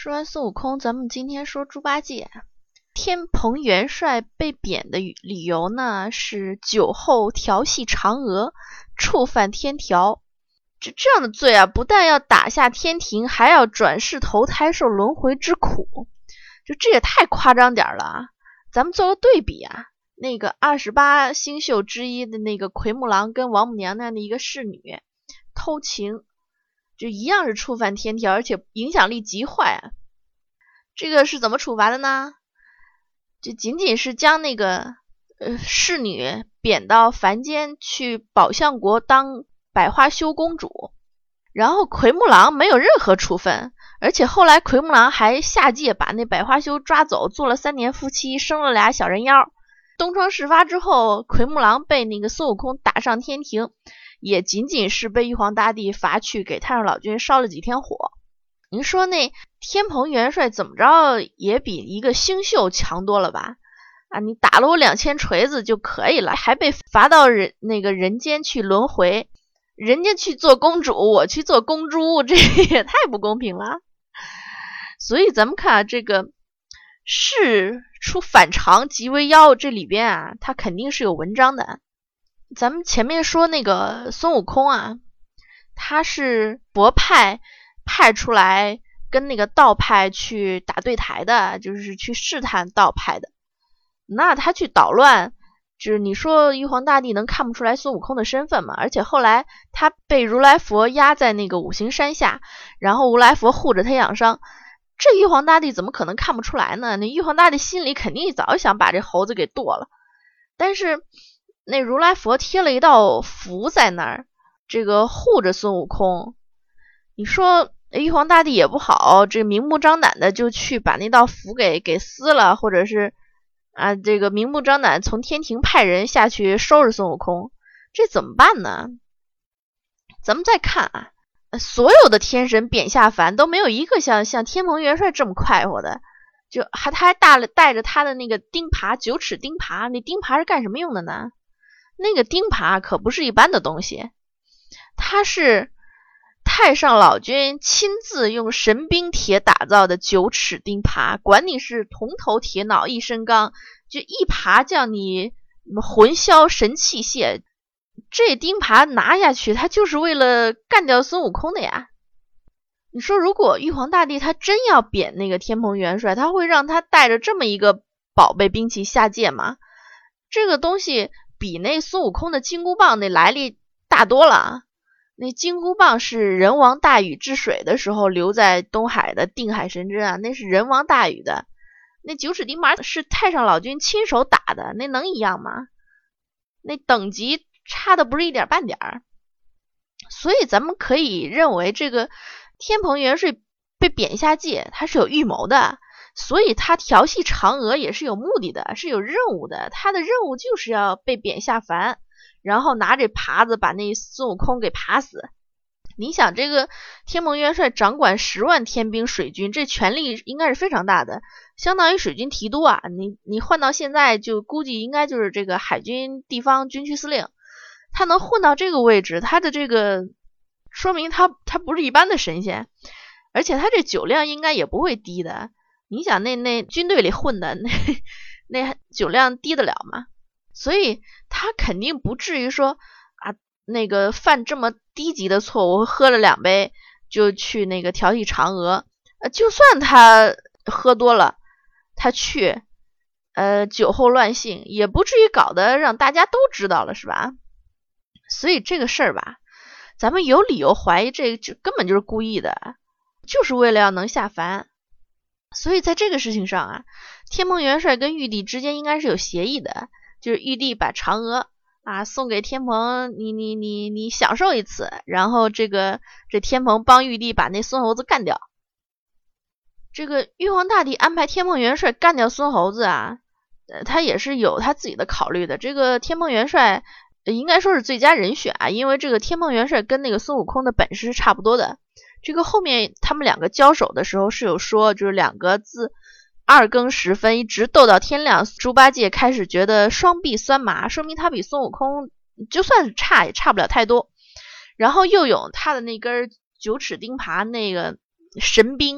说完孙悟空，咱们今天说猪八戒。天蓬元帅被贬的理由呢，是酒后调戏嫦娥，触犯天条。这样的罪啊，不但要打下天庭，还要转世投胎受轮回之苦。这也太夸张点了啊！咱们做个对比啊，那个28星宿之一的那个奎木狼跟王母娘娘的一个侍女偷情，就一样是触犯天条，而且影响力极坏啊。这个是怎么处罚的呢？就仅仅是将那个侍女贬到凡间去宝象国当百花羞公主，然后奎木狼没有任何处分，而且后来奎木狼还下界把那百花羞抓走，做了3年夫妻，生了俩小人妖。东窗事发之后，奎木狼被那个孙悟空打上天庭，也仅仅是被玉皇大帝罚去给太上老君烧了几天火。您说那天蓬元帅怎么着也比一个星宿强多了吧？啊，你打了我2000锤子就可以了，还被罚到那个人间去轮回，人家去做公主，我去做公猪，这也太不公平了。所以咱们看啊，这个事出反常即为妖，这里边啊，它肯定是有文章的。咱们前面说那个孙悟空啊，他是佛派派出来跟那个道派去打对台的，就是去试探道派的。那他去捣乱，就是你说玉皇大帝能看不出来孙悟空的身份吗？而且后来他被如来佛压在那个五行山下，然后如来佛护着他养伤，这玉皇大帝怎么可能看不出来呢？那玉皇大帝心里肯定早想把这猴子给剁了，但是那如来佛贴了一道符在那儿，这个护着孙悟空。你说玉皇大帝也不好，这明目张胆的就去把那道符给撕了，或者是啊，这个明目张胆从天庭派人下去收拾孙悟空，这怎么办呢？咱们再看啊，所有的天神贬下凡都没有一个像天蓬元帅这么快活的，他还带着他的那个钉耙，9齿钉耙。那钉耙是干什么用的呢？那个钉耙可不是一般的东西，它是太上老君亲自用神兵铁打造的9齿钉耙，管你是铜头铁脑一身钢，就一耙叫你魂销神器械。这钉耙拿下去，他就是为了干掉孙悟空的呀。你说如果玉皇大帝他真要贬那个天蓬元帅，他会让他带着这么一个宝贝兵器下界吗？这个东西比那孙悟空的金箍棒那来历大多了。那金箍棒是人王大禹治水的时候留在东海的定海神针啊，那是人王大禹的。那9齿钉耙是太上老君亲手打的，那能一样吗？那等级差的不是一点半点儿。所以咱们可以认为这个天蓬元帅被贬下界，他是有预谋的，所以他调戏嫦娥也是有目的的，是有任务的。他的任务就是要被贬下凡，然后拿着耙子把那孙悟空给耙死。你想这个天蓬元帅掌管10万天兵水军，这权力应该是非常大的，相当于水军提督啊。你换到现在就估计应该就是这个海军地方军区司令。他能混到这个位置，他的这个说明他不是一般的神仙，而且他这酒量应该也不会低的。你想那军队里混的那酒量低得了吗？所以他肯定不至于说啊，那个犯这么低级的错误，喝了2杯就去那个调戏嫦娥。就算他喝多了，他去酒后乱性，也不至于搞得让大家都知道了，是吧？所以这个事儿吧，咱们有理由怀疑这根本就是故意的，就是为了要能下凡。所以在这个事情上啊，天蓬元帅跟玉帝之间应该是有协议的，就是玉帝把嫦娥啊送给天蓬，你享受一次，然后这天蓬帮玉帝把那孙猴子干掉。这个玉皇大帝安排天蓬元帅干掉孙猴子啊，他也是有他自己的考虑的。这个天蓬元帅应该说是最佳人选啊，因为这个天蓬元帅跟那个孙悟空的本事是差不多的。这个后面他们2个交手的时候是有说，就是2个自2更时分一直斗到天亮，猪八戒开始觉得双臂酸麻，说明他比孙悟空就算是差也差不了太多。然后又有他的那根9齿钉耙那个神兵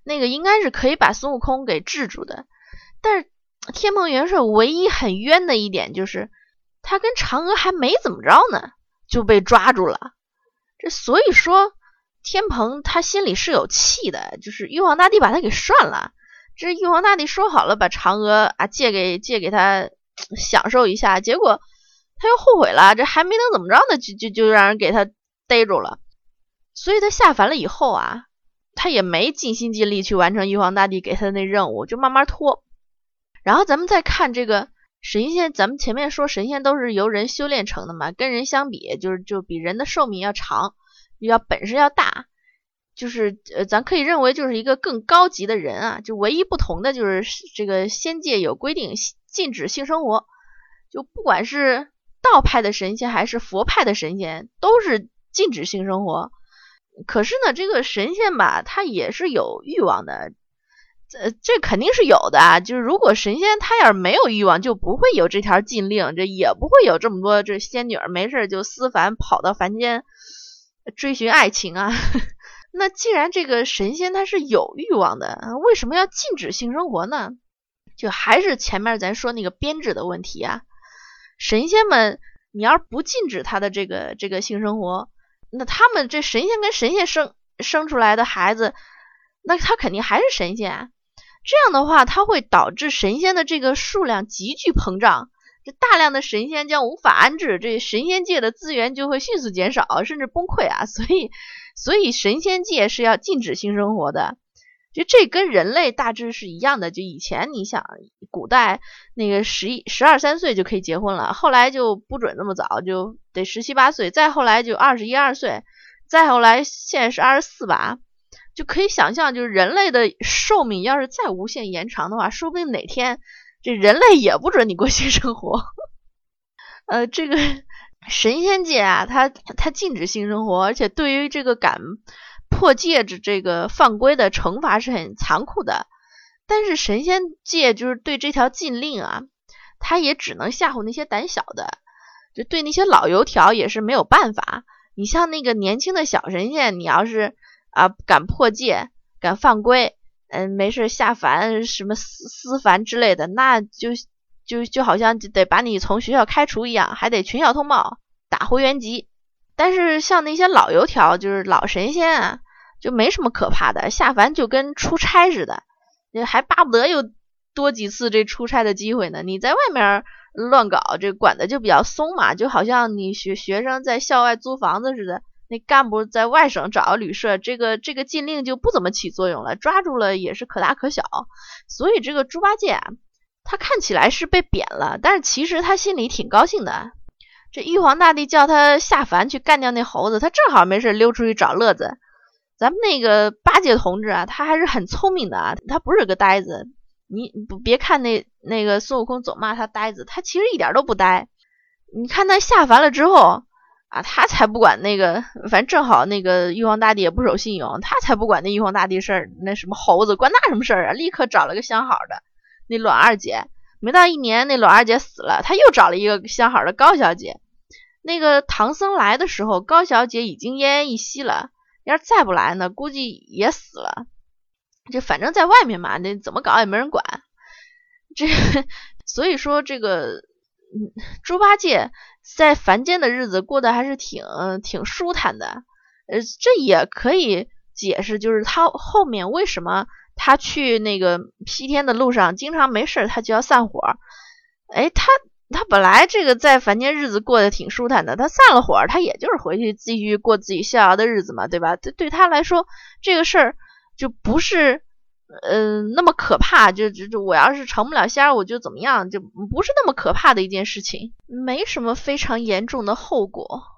那个应该是可以把孙悟空给制住的。但是天蓬元帅唯一很冤的一点就是他跟嫦娥还没怎么着呢就被抓住了。这所以说天蓬他心里是有气的，就是玉皇大帝把他给涮了。这玉皇大帝说好了把嫦娥借给他享受一下，结果他又后悔了，这还没能怎么着呢就让人给他逮住了。所以他下凡了以后他也没尽心尽力去完成玉皇大帝给他的那任务，就慢慢拖。然后咱们再看这个神仙，咱们前面说神仙都是由人修炼成的嘛，跟人相比就比人的寿命要长，本事要大，就是咱可以认为就是一个更高级的人就唯一不同的就是这个仙界有规定禁止性生活，就不管是道派的神仙还是佛派的神仙都是禁止性生活。可是呢这个神仙吧他也是有欲望的，这肯定是有的就是如果神仙他要是没有欲望就不会有这条禁令，这也不会有这么多这仙女没事就私凡跑到凡间追寻爱情那既然这个神仙他是有欲望的，为什么要禁止性生活呢？就还是前面咱说那个编制的问题神仙们你要是不禁止他的这个性生活，那他们这神仙跟神仙生出来的孩子，那他肯定还是神仙这样的话它会导致神仙的这个数量急剧膨胀，这大量的神仙将无法安置，这神仙界的资源就会迅速减少甚至崩溃所以神仙界是要禁止性生活的。就这跟人类大致是一样的，就以前你想古代那个12、13岁就可以结婚了，后来就不准那么早，就得17、18岁，再后来就21、22岁，再后来现在是24吧。就可以想象就是人类的寿命要是再无限延长的话，说不定哪天这人类也不准你过性生活这个神仙界它禁止性生活，而且对于这个敢破戒指这个犯规的惩罚是很残酷的。但是神仙界就是对这条禁令他也只能吓唬那些胆小的，就对那些老油条也是没有办法。你像那个年轻的小神仙，你要是敢破戒敢犯规没事下凡什么私凡之类的，那就好像得把你从学校开除一样，还得群校通报打回原籍。但是像那些老油条就是老神仙就没什么可怕的，下凡就跟出差似的，还巴不得有多几次这出差的机会呢。你在外面乱搞这管的就比较松嘛，就好像你学生在校外租房子似的，那干部在外省找个旅社，这个禁令就不怎么起作用了，抓住了也是可大可小。所以这个猪八戒他看起来是被贬了，但是其实他心里挺高兴的。这玉皇大帝叫他下凡去干掉那猴子，他正好没事溜出去找乐子。咱们那个八戒同志他还是很聪明的他不是个呆子。你别看那个孙悟空总骂他呆子，他其实一点都不呆。你看他下凡了之后他才不管那个，反正正好那个玉皇大帝也不守信用，他才不管那玉皇大帝事儿，那什么猴子关那什么事儿立刻找了个相好的那阮二姐，没到1年那阮二姐死了，他又找了一个相好的高小姐。那个唐僧来的时候高小姐已经奄奄一息了，要是再不来呢估计也死了。这反正在外面嘛，那怎么搞也没人管。所以说这个猪八戒在凡间的日子过得还是挺舒坦的。这也可以解释就是他后面为什么他去那个西天的路上经常没事他就要散伙。他本来这个在凡间日子过得挺舒坦的，他散了伙他也就是回去继续过自己逍遥的日子嘛，对吧？对他来说这个事儿就不是那么可怕，就我要是成不了仙我就怎么样，就不是那么可怕的一件事情，没什么非常严重的后果。